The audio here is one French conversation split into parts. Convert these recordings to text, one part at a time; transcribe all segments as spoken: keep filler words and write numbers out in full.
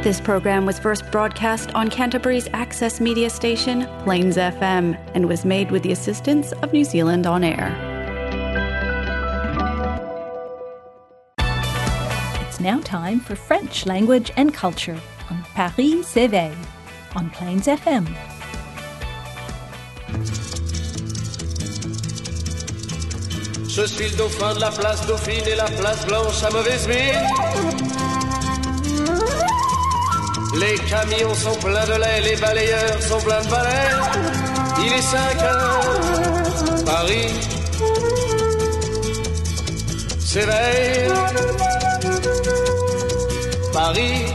This program was first broadcast on Canterbury's access media station, Plains F M, and was made with the assistance of New Zealand On Air. It's now time for French language and culture on Paris s'éveille on Plains F M. Je suis le dauphin de la place Dauphine et la place Blanche à mauvaise mine. Les camions sont pleins de lait, les balayeurs sont pleins de balais. Il est cinq heures, Paris s'éveille. Paris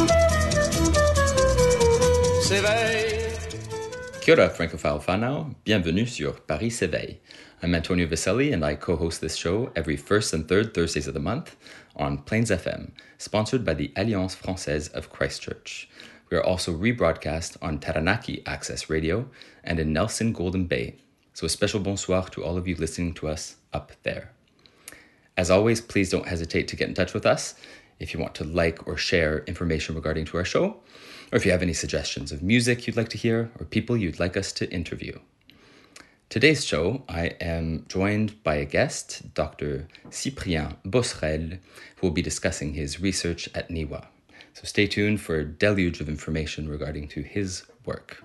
s'éveille. Kia ora, Francophile whanau. Bienvenue sur Paris s'éveille. I'm Antonio Viselli, and I co-host this show every first and third Thursdays of the month on Plains F M, sponsored by the Alliance Française of Christchurch. We are also rebroadcast on Taranaki Access Radio and in Nelson Golden Bay. So a special bonsoir to all of you listening to us up there. As always, please don't hesitate to get in touch with us if you want to like or share information regarding to our show, or if you have any suggestions of music you'd like to hear or people you'd like us to interview. Today's show, I am joined by a guest, Doctor Cyprien Bosserel, who will be discussing his research at NIWA. So stay tuned for a deluge of information regarding to his work.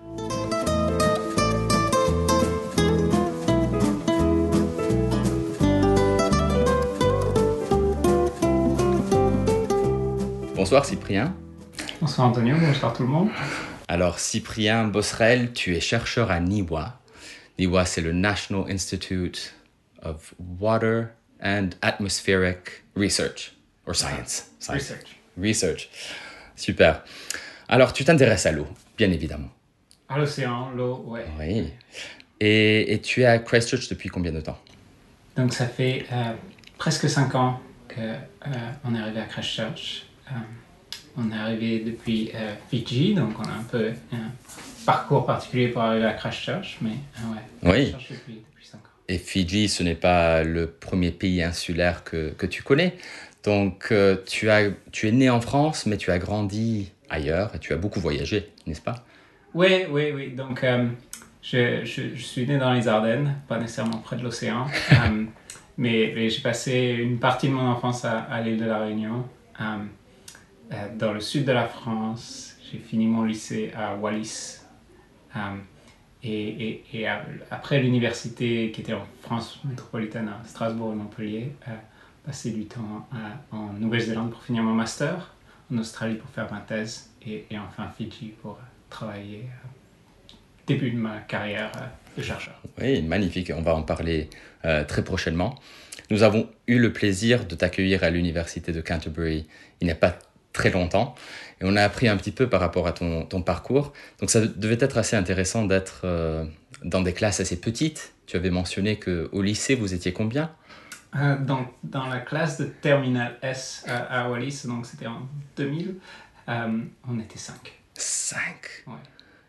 Bonsoir Cyprien. Bonsoir Antonio, bonsoir tout le monde. Alors Cyprien Bosserel, tu es chercheur à NIWA. NIWA, c'est le National Institute of Water and Atmospheric Research, or Science. Science. Research. Research. Super. Alors, tu t'intéresses à l'eau, bien évidemment. À l'océan, l'eau, ouais. Oui. Et, et tu es à Christchurch depuis combien de temps? Donc, ça fait euh, presque cinq ans qu'on euh, est arrivé à Christchurch. Euh, on est arrivé depuis euh, Fidji, donc on a un peu un parcours particulier pour arriver à Christchurch, mais euh, ouais, oui. Christchurch depuis, depuis cinq ans. Et Fidji, ce n'est pas le premier pays insulaire que, que tu connais. Donc, euh, tu, as, tu es né en France, mais tu as grandi ailleurs et tu as beaucoup voyagé, n'est-ce pas? Oui, oui, oui. Donc, euh, je, je, je suis né dans les Ardennes, pas nécessairement près de l'océan, euh, mais, mais j'ai passé une partie de mon enfance à, à l'île de la Réunion, euh, euh, dans le sud de la France. J'ai fini mon lycée à Wallis. Euh, et, et, et à, après l'université qui était en France métropolitaine à Strasbourg et Montpellier, euh, passé du temps à, en Nouvelle-Zélande pour finir mon master, en Australie pour faire ma thèse et, et enfin Fidji pour euh, travailler euh, début de ma carrière euh, de chercheur. Oui, magnifique, on va en parler euh, très prochainement. Nous avons eu le plaisir de t'accueillir à l'université de Canterbury il n'y a pas très longtemps et on a appris un petit peu par rapport à ton, ton parcours. Donc ça devait être assez intéressant d'être euh, dans des classes assez petites. Tu avais mentionné qu'au lycée, vous étiez combien? euh, dans, dans la classe de Terminal S à, à Wallis, donc c'était en deux mille, euh, on était cinq. cinq. Ouais.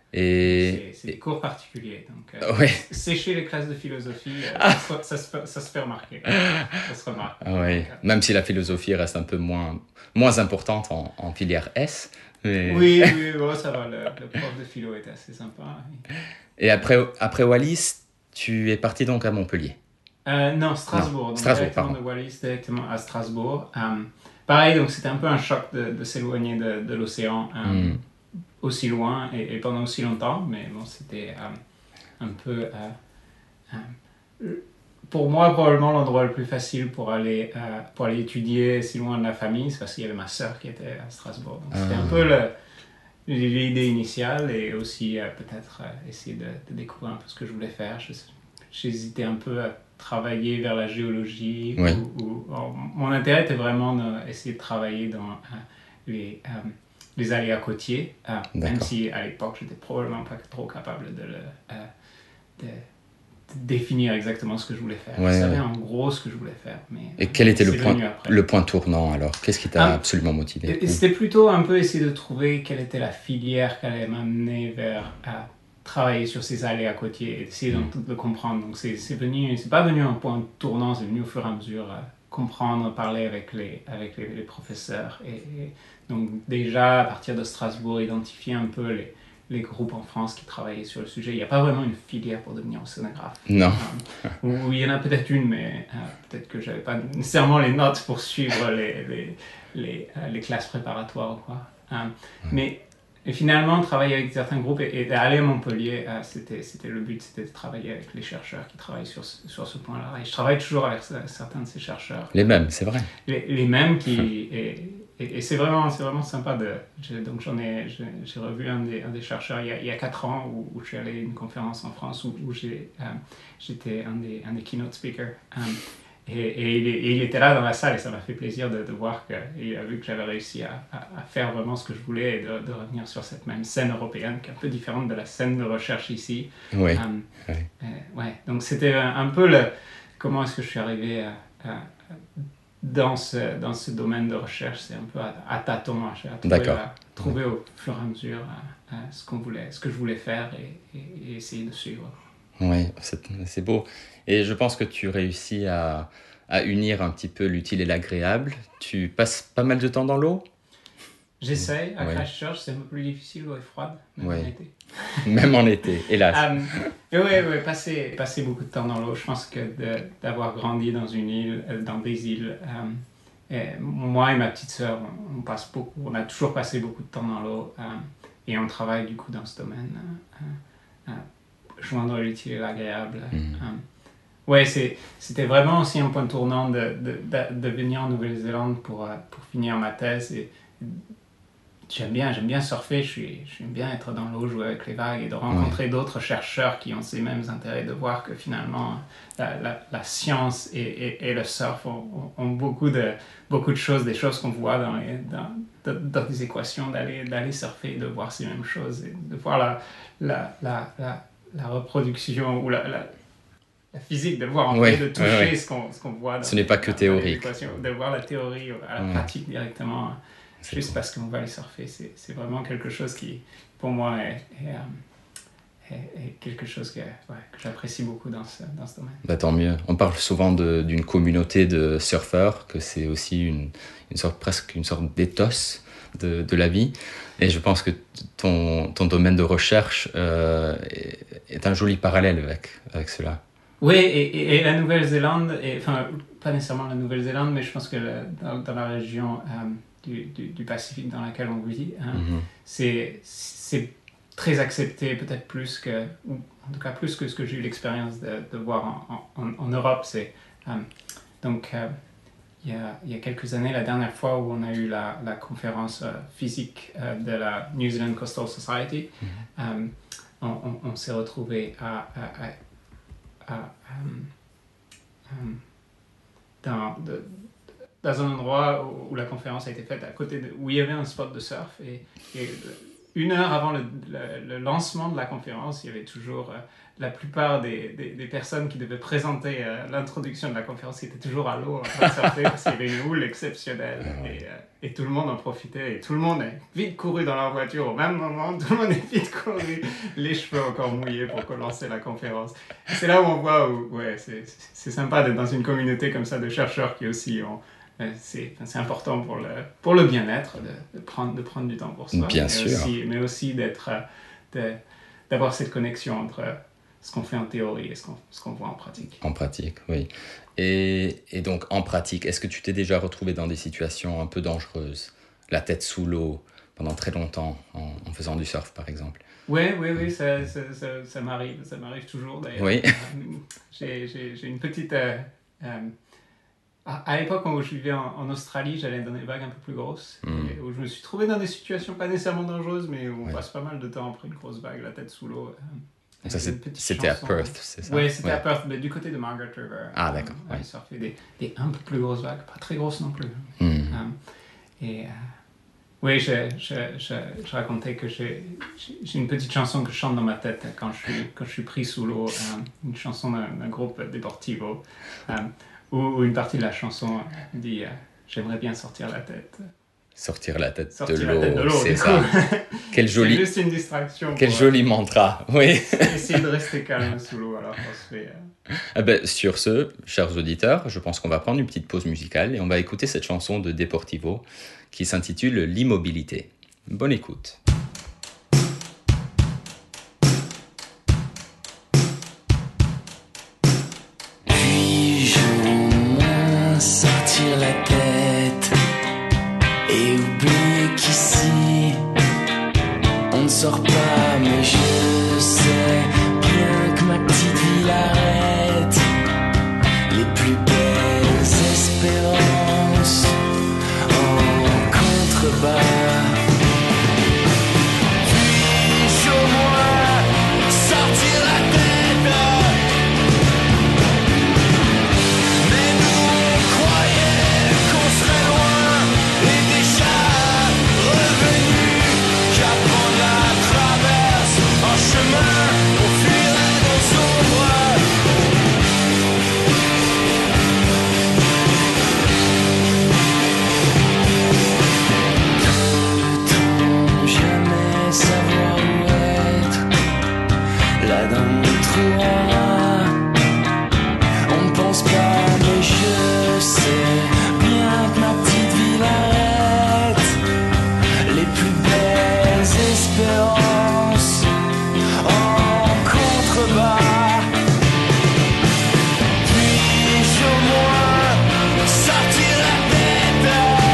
Et... C'est, c'est des cours particuliers. Donc, euh, ouais. Sécher les classes de philosophie, euh, ah. ça, ça, se, ça se fait remarquer. Ça se remarque. Ah oui. Donc, euh, même si la philosophie reste un peu moins, moins importante en, en filière S. Mais... Oui, oui, bon, ça va. Le, le prof de philo était assez sympa. Oui. Et après, après Wallis, tu es parti donc à Montpellier? euh, Non, Strasbourg. Non, donc Strasbourg, directement pardon. de Wallis directement à Strasbourg. Euh, pareil, donc c'était un peu un choc de, de s'éloigner de, de l'océan. Euh, mm. aussi loin et, et pendant aussi longtemps, mais bon, c'était euh, un peu, euh, euh, pour moi, probablement l'endroit le plus facile pour aller, euh, pour aller étudier si loin de la famille, c'est parce qu'il y avait ma sœur qui était à Strasbourg. Donc, c'était ah. un peu le, l'idée initiale et aussi euh, peut-être euh, essayer de, de découvrir un peu ce que je voulais faire. Je, j'hésitais un peu à travailler vers la géologie. Oui. Ou, ou, or, mon intérêt était vraiment d'essayer de travailler dans euh, les... Euh, les aléas côtiers, euh, même si à l'époque j'étais probablement pas trop capable de, le, euh, de, de définir exactement ce que je voulais faire. Ouais, je savais ouais. en gros ce que je voulais faire. Mais, et quel était le point, après. le point tournant alors? Qu'est-ce qui t'a ah, absolument motivé? et, et c'était plutôt un peu essayer de trouver quelle était la filière qui allait m'amener vers à travailler sur ces aléas côtiers et essayer mmh. de le comprendre. Donc c'est, c'est, venu, c'est pas venu un point tournant, c'est venu au fur et à mesure. Euh, comprendre, parler avec les, avec les, les professeurs et, et donc déjà, à partir de Strasbourg, identifier un peu les, les groupes en France qui travaillaient sur le sujet. Il n'y a pas vraiment une filière pour devenir océanographe. Non. Euh, ou il y en a peut-être une, mais euh, peut-être que je n'avais pas nécessairement les notes pour suivre les, les, les, euh, les classes préparatoires ou quoi. Euh, mmh. Mais et finalement, travailler avec certains groupes et, et aller à Montpellier, euh, c'était, c'était le but, c'était de travailler avec les chercheurs qui travaillent sur ce, sur ce point-là. Et je travaille toujours avec certains de ces chercheurs. Les mêmes, c'est vrai. Les, les mêmes qui... et, et, et c'est, vraiment, c'est vraiment sympa de... J'ai, donc j'en ai, j'ai, j'ai revu un des, un des chercheurs il y a, il y a quatre ans où, où je suis allé à une conférence en France où, où j'ai, euh, j'étais un des, un des keynote speakers. Um, Et, et, il, et il était là dans la salle et ça m'a fait plaisir de, de voir qu'il a vu que j'avais réussi à, à, à faire vraiment ce que je voulais et de, de revenir sur cette même scène européenne qui est un peu différente de la scène de recherche ici. Oui. Um, oui. Euh, ouais. Donc c'était un, un peu le, comment est-ce que je suis arrivé à, à, dans, ce, dans ce domaine de recherche. C'est un peu à, à tâtons, à trouver, à, trouver au fur et à mesure à, à ce, qu'on voulait, ce que je voulais faire et, et, et essayer de suivre. Oui, c'est, c'est beau. Et je pense que tu réussis à, à unir un petit peu l'utile et l'agréable. Tu passes pas mal de temps dans l'eau ? J'essaye. À ouais. Christchurch, c'est un peu plus difficile, l'eau est froide, même ouais. en été. Même en été, hélas. um, oui, oui, passer, passer beaucoup de temps dans l'eau. Je pense que de, d'avoir grandi dans une île, dans des îles, um, et moi et ma petite sœur, on, on, passe beaucoup, on a toujours passé beaucoup de temps dans l'eau um, et on travaille du coup dans ce domaine. Uh, uh, joindre l'utile et l'agréable. Mmh. Um, ouais, c'est, c'était vraiment aussi un point tournant de, de, de, de venir en Nouvelle-Zélande pour, uh, pour finir ma thèse. Et, et j'aime bien, j'aime bien surfer, je suis, j'aime bien être dans l'eau, jouer avec les vagues et de rencontrer mmh. d'autres chercheurs qui ont ces mêmes intérêts, de voir que finalement la, la, la science et, et, et le surf ont, ont beaucoup, de, beaucoup de choses, des choses qu'on voit dans, les, dans, dans des équations, d'aller, d'aller surfer, de voir ces mêmes choses, et de voir la, la, la, la la reproduction ou la, la, la physique, de voir en ouais, fait, de toucher ouais, ouais. Ce, qu'on, ce qu'on voit. Dans, Ce n'est pas que théorique. De voir la théorie à la ouais. pratique directement, c'est juste cool. Parce qu'on va aller surfer. C'est, c'est vraiment quelque chose qui, pour moi, est, est, est, est quelque chose que, ouais, que j'apprécie beaucoup dans ce, dans ce domaine. Bah, tant mieux. On parle souvent de, d'une communauté de surfeurs, que c'est aussi une, une sorte, presque une sorte d'éthos de, de la vie. Et je pense que ton, ton domaine de recherche euh, est, est un joli parallèle avec, avec cela. Oui, et, et, et la Nouvelle-Zélande, et, enfin, pas nécessairement la Nouvelle-Zélande, mais je pense que le, dans, dans la région euh, du, du, du Pacifique dans laquelle on vit, hein, mm-hmm. c'est, c'est très accepté, peut-être plus que, ou en tout cas plus que ce que j'ai eu l'expérience de, de voir en, en, en Europe. C'est, euh, donc, euh, Il y, a, il y a quelques années, la dernière fois où on a eu la, la conférence euh, physique euh, de la New Zealand Coastal Society, mm-hmm. euh, on, on, on s'est retrouvés à, à, à, à, à, dans, de, dans un endroit où, où la conférence a été faite, à côté de, où il y avait un spot de surf. Et, et une heure avant le, le, le lancement de la conférence, il y avait toujours... Euh, la plupart des, des, des personnes qui devaient présenter euh, l'introduction de la conférence étaient toujours à l'eau en train de surfer parce qu'il y avait une houle exceptionnelle et, euh, et tout le monde en profitait et tout le monde est vite couru dans leur voiture au même moment, tout le monde est vite couru, les cheveux encore mouillés pour commencer la conférence. Et c'est là où on voit où ouais, c'est, c'est sympa d'être dans une communauté comme ça de chercheurs qui aussi ont... C'est, c'est important pour le, pour le bien-être de, de, prendre, de prendre du temps pour soi. Bien mais sûr. Aussi, mais aussi d'être, de, d'avoir cette connexion entre ce qu'on fait en théorie et ce qu'on, ce qu'on voit en pratique. En pratique, oui. Et, et donc, en pratique, est-ce que tu t'es déjà retrouvé dans des situations un peu dangereuses, la tête sous l'eau, pendant très longtemps, en, en faisant du surf, par exemple ? Oui, oui, oui, ça, ça, ça, ça m'arrive, ça m'arrive toujours, d'ailleurs. Oui. Euh, j'ai, j'ai, j'ai une petite... Euh, euh, à, à l'époque où je vivais en, en Australie, j'allais dans des vagues un peu plus grosses, mm. et où je me suis trouvé dans des situations pas nécessairement dangereuses, mais où on oui. passe pas mal de temps après une grosse vague, la tête sous l'eau. Euh, Ça, c'est, c'était chanson. à Perth, c'est ça? Oui, c'était ouais. à Perth, mais du côté de Margaret River. Ah, d'accord. On ouais. surfait des, des un peu plus grosses vagues, pas très grosses non plus. Mm. Um, et euh, oui, je, je, je, je racontais que j'ai, j'ai une petite chanson que je chante dans ma tête quand je suis, quand je suis pris sous l'eau, um, une chanson d'un, d'un groupe Deportivo, um, où, où une partie de la chanson dit euh, « J'aimerais bien sortir la tête ». Sortir la tête, Sortir de, la l'eau, tête de l'eau, c'est du ça. coup. Quel joli, C'est juste une distraction. quel pour, joli mantra, oui. euh, essayer de rester calme sous l'eau, alors qu'on se fait... euh, Eh ben, sur ce, chers auditeurs, je pense qu'on va prendre une petite pause musicale et on va écouter cette chanson de Deportivo qui s'intitule L'immobilité. Bonne écoute. Puis-je au moins sortir la tête et oublier qu'ici on ne sort pas, mais je sais bien que ma petite ville arrête les plus belles espérances en contrebas. Puis-je au moins sortir la tête? Mais nous on croyait qu'on serait loin et déjà revenu, qu'à prendre la traverse en chemin, on fuirait nos ombres. Peut-on jamais savoir où être? Là dans mon trou en noir, on ne pense pas, mais je sais bien que ma petite ville arrête les plus belles espérances en contrebas. Puis-je au moins sortir la tête?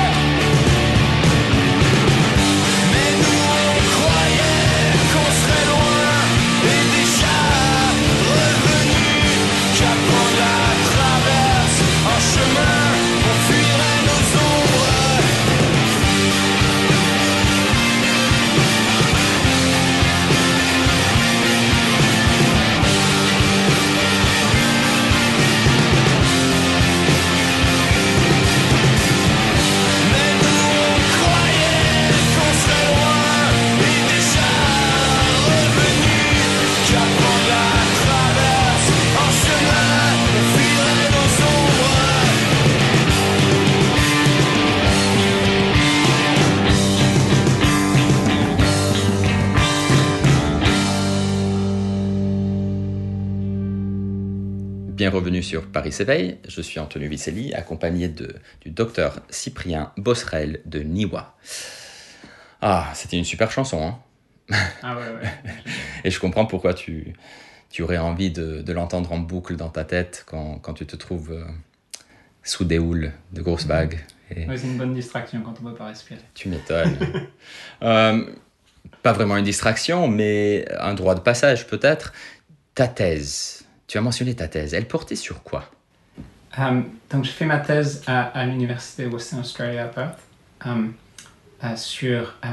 Mais nous on croyait qu'on serait loin et déjà revenu, qu'à prendre la traverse en chemin, on fuirait nos ombres. Mais nous on croyait qu'on serait loin et déjà revenu, qu'à prendre la traverse en chemin, on fuirait nos ombres. Bien revenu sur Paris s'éveille, je suis Antonio Vicelli, accompagné de, du docteur Cyprien Bosserel de Niwa. Ah, c'était une super chanson, hein. Ah ouais, ouais. Et je comprends pourquoi tu, tu aurais envie de, de l'entendre en boucle dans ta tête quand, quand tu te trouves euh, sous des houles de grosses vagues. Et Ouais, c'est une bonne distraction quand on ne peut pas respirer. tu m'étonnes. Euh, pas vraiment une distraction, mais un droit de passage peut-être. Ta thèse, tu as mentionné ta thèse, elle portait sur quoi? Euh, donc, j'ai fait ma thèse à, à l'Université de Western Australia à Perth euh, euh, sur euh,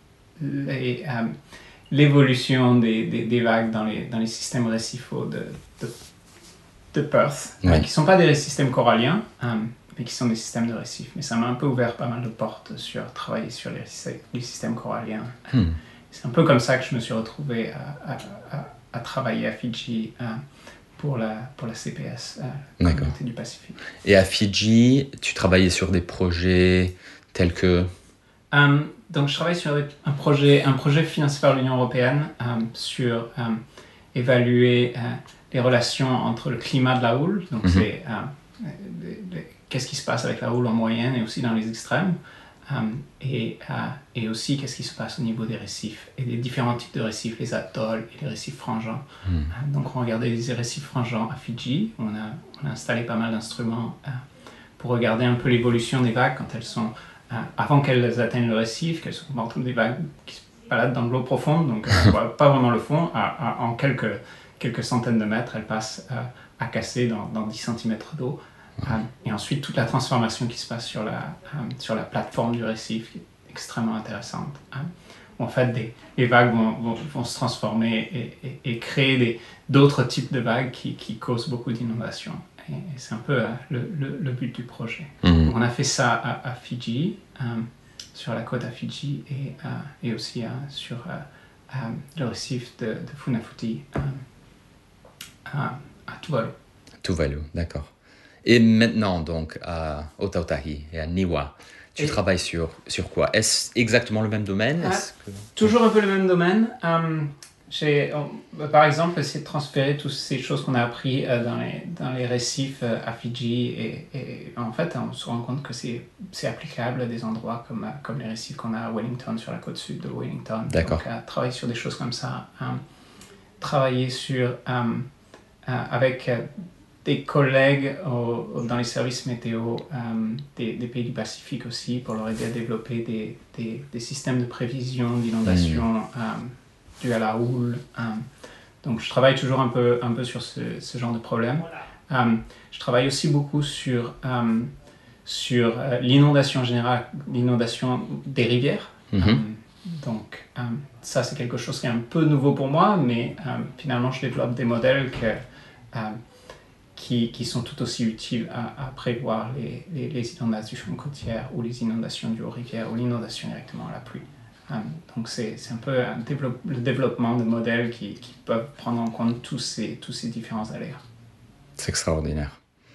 les, euh, l'évolution des, des, des vagues dans les, dans les systèmes récifaux de, de, de Perth, Ouais. euh, qui ne sont pas des systèmes coralliens, euh, mais qui sont des systèmes de récifs. Mais ça m'a un peu ouvert pas mal de portes sur travailler sur les, les systèmes coralliens. Hmm. C'est un peu comme ça que je me suis retrouvé à, à, à, à travailler à Fidji euh, pour, la, pour la C P S, euh, la D'accord. Communauté du Pacifique. Et à Fidji, tu travaillais sur des projets tels que... Euh, donc, je travaille sur un projet, un projet financé par l'Union européenne euh, sur euh, évaluer euh, les relations entre le climat de la houle. Donc, Mhm. c'est euh, les- les- qu'est-ce qui se passe avec la houle en moyenne et aussi dans les extrêmes. Euh, et, euh, et aussi, qu'est-ce qui se passe au niveau des récifs et des différents types de récifs, les atolls et les récifs frangeants. Mhm. Euh, donc, on regardait les récifs frangeants à Fidji. On a, on a installé pas mal d'instruments euh, pour regarder un peu l'évolution des vagues quand elles sont, euh, avant qu'elles atteignent le récif, qu'elles sont comme des vagues qui se baladent dans de l'eau profonde, donc euh, on voit pas vraiment le fond. À- à- en quelques, quelques centaines de mètres, elles passent euh, à casser dans, dans dix centimètres d'eau. Euh, et ensuite, toute la transformation qui se passe sur la, euh, sur la plateforme du récif, qui est extrêmement intéressante. Hein. En fait, des, les vagues vont, vont, vont se transformer et, et, et créer des, d'autres types de vagues qui, qui causent beaucoup d'inondations. Et, et c'est un peu euh, le, le, le but du projet. Mhm. Donc, on a fait ça à, à Fidji, euh, sur la côte à Fidji, et, euh, et aussi euh, sur euh, euh, le récif de, de Funafuti, euh, à, à Tuvalu. Tuvalu, d'accord. Et maintenant, donc, à Otautahi et à Niwa, tu Et- travailles sur, sur quoi? Est-ce exactement le même domaine? Ah, Est-ce que... Toujours un peu le même domaine. Euh, j'ai, on- bah, par exemple, essayé de transférer toutes ces choses qu'on a appris euh, dans, les, dans les récifs euh, à Fidji. Et, et en fait, on se rend compte que c'est, c'est applicable à des endroits comme, euh, comme les récifs qu'on a à Wellington, sur la côte sud de Wellington. D'accord. Donc, euh, travailler sur des choses comme ça. Euh, travailler sur, euh, euh, avec euh, des collègues au- dans les services météo euh, des, des pays du Pacifique aussi, pour leur aider à développer des, des, des systèmes de prévision d'inondation euh, dus à la houle. Euh, donc je travaille toujours un peu, un peu sur ce, ce genre de problème. Euh, je travaille aussi beaucoup sur, euh, sur euh, l'inondation générale, l'inondation des rivières. Mhm. Euh, donc euh, ça c'est quelque chose qui est un peu nouveau pour moi, mais euh, finalement je développe des modèles que... euh, Qui, qui sont tout aussi utiles à, à prévoir les, les, les inondations côtières ou les inondations dues aux rivières ou l'inondation directement à la pluie. Euh, donc c'est, c'est un peu un développe, le développement de modèles qui, qui peuvent prendre en compte tous ces, tous ces différents aléas. C'est extraordinaire.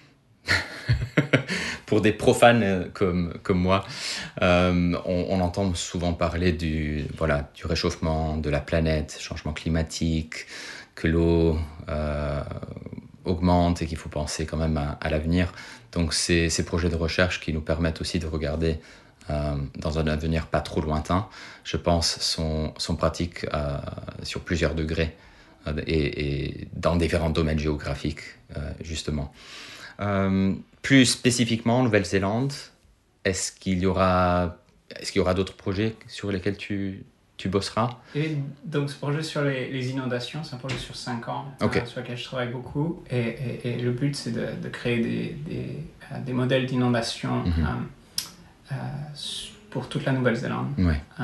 Pour des profanes euh, comme, comme moi, euh, on, on entend souvent parler du, voilà, du réchauffement de la planète, changement climatique, que l'eau euh, augmente et qu'il faut penser quand même à, à l'avenir. Donc c'est ces projets de recherche qui nous permettent aussi de regarder euh, dans un avenir pas trop lointain, je pense, sont, sont pratiques euh, sur plusieurs degrés euh, et, et dans différents domaines géographiques, euh, justement. Euh, plus spécifiquement en Nouvelle-Zélande, est-ce qu'il y aura, est-ce qu'il y aura d'autres projets sur lesquels tu, tu bosseras? Et donc ce projet sur les, les inondations, c'est un projet sur cinq ans Ok. euh, sur lequel je travaille beaucoup. Et, et, et le but, c'est de, de créer des, des, euh, des modèles d'inondation Mhm. euh, euh, pour toute la Nouvelle-Zélande. Ouais. Euh,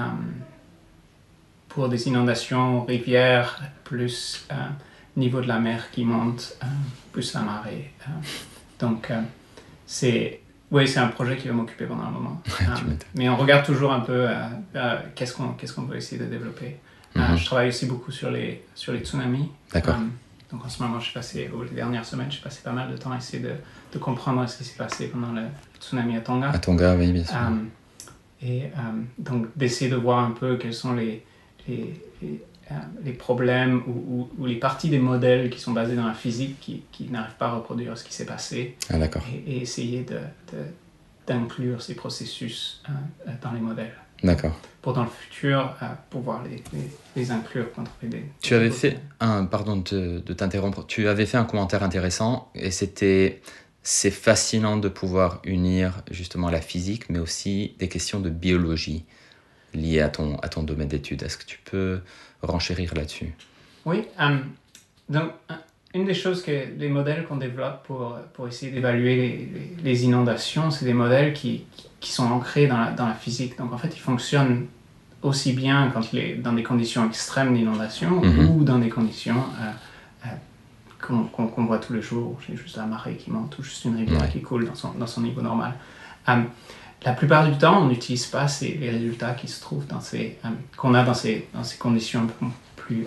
pour des inondations, rivières, plus euh, niveau de la mer qui monte, euh, plus la marée. Euh, donc, euh, c'est, oui, c'est un projet qui va m'occuper pendant un moment. tu Euh, m'étonnes. mais on regarde toujours un peu euh, euh, qu'est-ce qu'on, qu'est-ce qu'on peut essayer de développer. Euh, Mhm. je travaille aussi beaucoup sur les, sur les tsunamis. D'accord. Euh, donc en ce moment, j'ai passé, aux les dernières semaines, j'ai passé pas mal de temps à essayer de, de comprendre ce qui s'est passé pendant le tsunami à Tonga. À Tonga, oui, bien sûr. Euh, et euh, donc d'essayer de voir un peu quels sont les, les, les, euh, les problèmes ou, ou, ou les parties des modèles qui sont basés dans la physique qui, qui n'arrivent pas à reproduire ce qui s'est passé Ah, d'accord. et, et essayer de, de, d'inclure ces processus euh, dans les modèles D'accord. pour dans le futur euh, pouvoir les, les, les inclure quand on fait des... Tu avais fait un, pardon de, te- de t'interrompre, tu avais fait un commentaire intéressant et c'était, c'est fascinant de pouvoir unir justement la physique mais aussi des questions de biologie liées à ton, à ton domaine d'études. Est-ce que tu peux renchérir là-dessus? Oui, euh, donc un- une des choses que les modèles qu'on développe pour, pour essayer d'évaluer les, les, les inondations, c'est des modèles qui, qui, qui sont ancrés dans la, dans la physique. Donc en fait, ils fonctionnent aussi bien quand les, dans des conditions extrêmes d'inondation Mhm. ou dans des conditions euh, euh, qu'on, qu'on, qu'on voit tous les jours. J'ai juste la marée qui monte ou juste une rivière Ouais. qui coule dans son, dans son niveau normal. Euh, la plupart du temps, on n'utilise pas ces, les résultats qui se trouvent dans ces, euh, qu'on a dans ces, dans ces conditions un peu plus...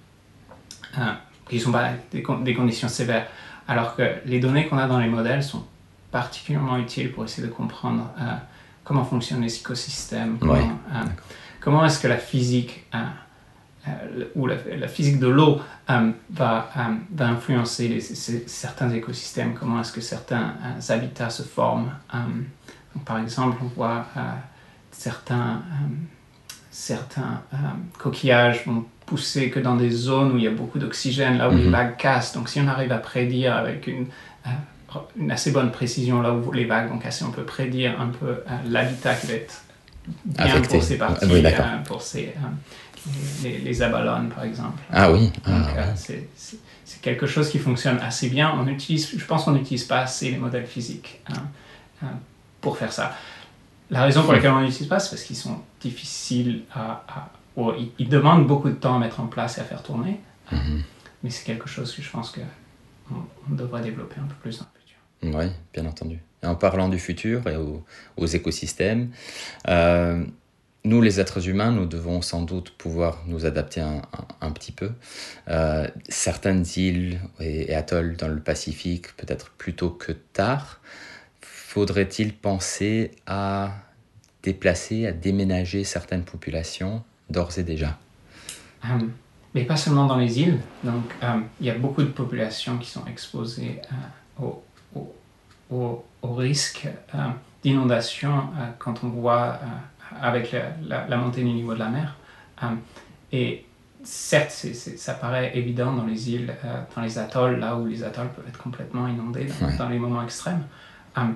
Euh, euh, qui ne sont pas des, con- des conditions sévères. Alors que les données qu'on a dans les modèles sont particulièrement utiles pour essayer de comprendre euh, comment fonctionnent les écosystèmes, comment, Ouais, euh, comment est-ce que la physique, euh, euh, ou la, la physique de l'eau euh, va, euh, va influencer les, ces- certains écosystèmes, comment est-ce que certains euh, habitats se forment. Euh, donc, par exemple, on voit euh, certains, euh, certains euh, coquillages vont pousser que dans des zones où il y a beaucoup d'oxygène, là où les Mhm. vagues cassent. Donc si on arrive à prédire avec une, euh, une assez bonne précision là où les vagues vont casser, on peut prédire un peu euh, l'habitat qui va être bien Affecté. pour ces parties, Oui, d'accord. euh, pour ces, euh, les, les abalones par exemple. Ah oui. Ah, Donc, ouais. euh, c'est, c'est, c'est quelque chose qui fonctionne assez bien. On utilise, je pense qu'on n'utilise pas assez les modèles physiques hein, hein, pour faire ça. La raison pour laquelle on n'utilise pas, c'est parce qu'ils sont difficiles à... à ou ils, ils demandent beaucoup de temps à mettre en place et à faire tourner. Mhm. Mais c'est quelque chose que je pense qu'on on devrait développer un peu plus dans le futur. Oui, bien entendu. Et en parlant du futur et aux, aux écosystèmes, euh, nous, les êtres humains, nous devons sans doute pouvoir nous adapter un, un, un petit peu. Euh, certaines îles et, et atolls dans le Pacifique, peut-être plus tôt que tard, faudrait-il penser à déplacer, à déménager certaines populations d'ores et déjà? Um, mais pas seulement dans les îles. Donc, um, il y a beaucoup de populations qui sont exposées uh, au, au, au, au risque uh, d'inondation uh, quand on voit uh, avec la, la, la montée du niveau de la mer. Um, et certes, c'est, c'est, ça paraît évident dans les îles, uh, dans les atolls, là où les atolls peuvent être complètement inondés dans, ouais. dans les moments extrêmes. Um,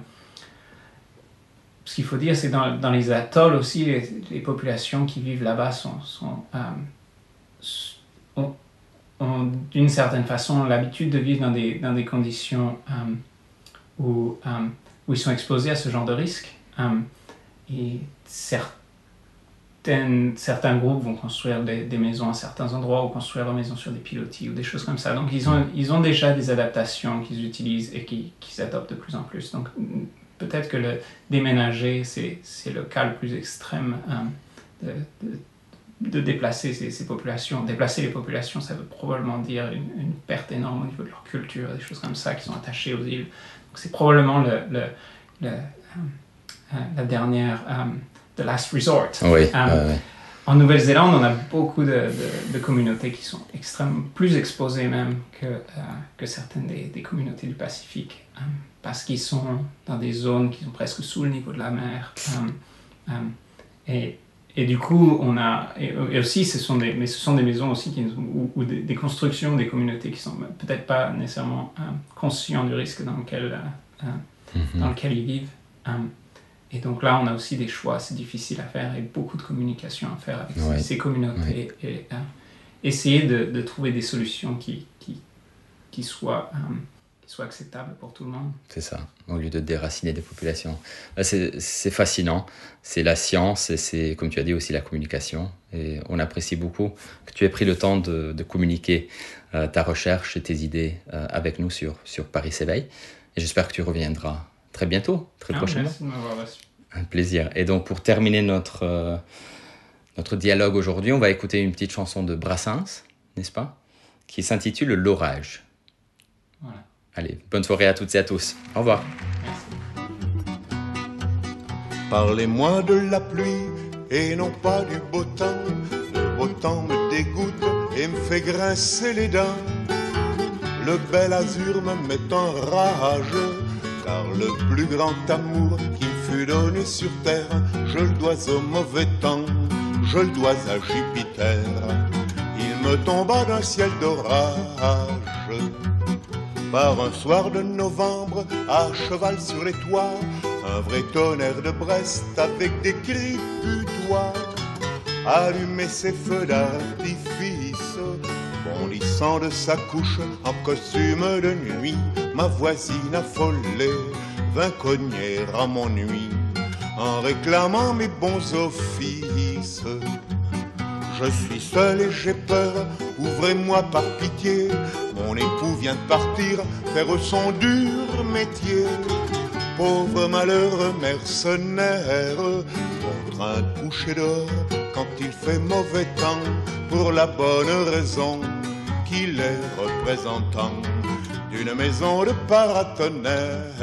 Ce qu'il faut dire, c'est que dans, dans les atolls aussi, les, les populations qui vivent là-bas sont, sont, euh, ont, ont d'une certaine façon l'habitude de vivre dans des, dans des conditions euh, où, euh, où ils sont exposés à ce genre de risques. Euh, et certaines, certains groupes vont construire des, des maisons à certains endroits ou construire leurs maisons sur des pilotis ou des choses comme ça. Donc ils ont, ils ont déjà des adaptations qu'ils utilisent et qui, qui s'adoptent de plus en plus. Donc, peut-être que le déménager, c'est, c'est le cas le plus extrême euh, de, de, de déplacer ces, ces populations. Déplacer les populations, ça veut probablement dire une, une perte énorme au niveau de leur culture, des choses comme ça qui sont attachées aux îles. Donc c'est probablement le, le, le, euh, la dernière, um, the last resort. Oui, um, euh, oui. En Nouvelle-Zélande, on a beaucoup de, de, de communautés qui sont extrêmement plus exposées même que, euh, que certaines des, des communautés du Pacifique. Um, parce qu'ils sont dans des zones qui sont presque sous le niveau de la mer. Um, um, et, et du coup, on a... Et, et aussi, ce sont des, mais ce sont des maisons aussi qui, ou, ou des, des constructions, des communautés qui sont peut-être pas nécessairement um, conscients du risque dans lequel, uh, uh, mm-hmm. dans lequel ils vivent. Um, et donc là, on a aussi des choix assez difficiles à faire et beaucoup de communication à faire avec ouais. ces, ces communautés. Ouais. Et uh, essayer de, de trouver des solutions qui, qui, qui soient... Um, soit acceptable pour tout le monde. C'est ça, au lieu de déraciner des populations. Là, c'est, c'est fascinant, c'est la science et c'est, comme tu as dit, aussi la communication. Et on apprécie beaucoup que tu aies pris le temps de, de communiquer euh, ta recherche et tes idées euh, avec nous sur, sur Paris s'éveille. Et j'espère que tu reviendras très bientôt, très ah, prochainement. Merci de m'avoir reçu. Un plaisir. Et donc, pour terminer notre, euh, notre dialogue aujourd'hui, on va écouter une petite chanson de Brassens, n'est-ce pas, qui s'intitule « L'orage ». Voilà. Allez, bonne soirée à toutes et à tous. Au revoir. Merci. Parlez-moi de la pluie et non pas du beau temps. Le beau temps me dégoûte et me fait grincer les dents. Le bel azur me met en rage, car le plus grand amour qui me fut donné sur terre, je le dois au mauvais temps, je le dois à Jupiter. Il me tomba d'un ciel d'orage par un soir de novembre, à cheval sur les toits, un vrai tonnerre de Brest avec des cris butois. Allumer ses feux d'artifice, bondissant de sa couche en costume de nuit, ma voisine affolée vint cogner à mon nuit, en réclamant mes bons offices. Je suis seul et j'ai peur, ouvrez-moi par pitié, mon époux vient de partir faire son dur métier. Pauvre malheureux mercenaire, contraint de coucher dehors quand il fait mauvais temps, pour la bonne raison qu'il est représentant d'une maison de paratonnerre.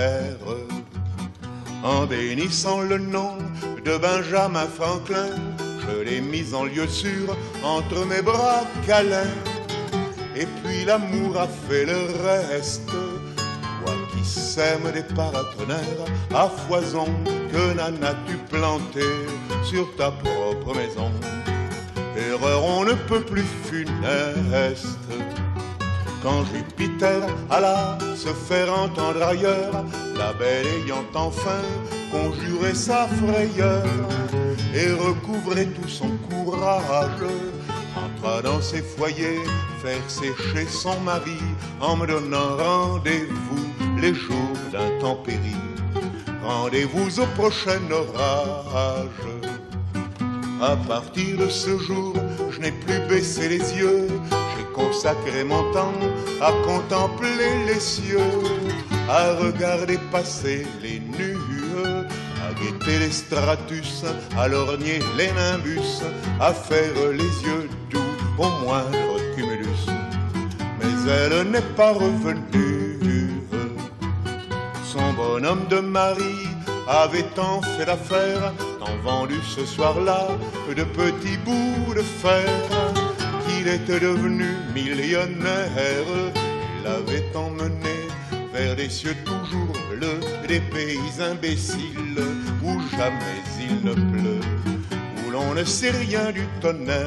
En bénissant le nom de Benjamin Franklin, je l'ai mis en lieu sûr entre mes bras câlins. Et puis l'amour a fait le reste. Toi qui sèmes des paratonnerres à foison, que n'en as-tu planté sur ta propre maison? Erreur on ne peut plus funeste. Quand Jupiter alla se faire entendre ailleurs, la belle ayant enfin conjuré sa frayeur et recouvré tout son courage, entra dans ses foyers faire sécher son mari en me donnant rendez-vous les jours d'intempéries. Rendez-vous au prochain orage. À partir de ce jour, je n'ai plus baissé les yeux, j'ai consacré mon temps à contempler les cieux, à regarder passer les nues, à guetter les stratus, à lorgner les nimbus, à faire les yeux doux au moindre cumulus. Mais elle n'est pas revenue. Son bonhomme de mari avait tant fait l'affaire tant vendu ce soir-là de petits bouts de fer, qu'il était devenu millionnaire. Il l'avait emmené vers des cieux toujours bleus, des pays imbéciles où jamais il ne pleut, où l'on ne sait rien du tonnerre.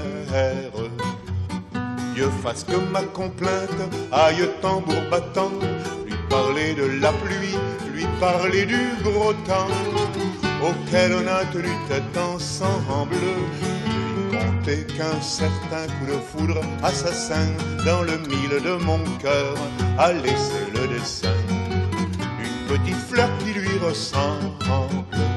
Dieu fasse que ma complainte aille tambour battant, lui parler de la pluie, lui parler du gros temps, auquel on a tenu tête ensemble, lui compter qu'un certain coup de foudre assassin dans le mille de mon cœur a laissé le dessin d'une petite fleur qui lui ressemble.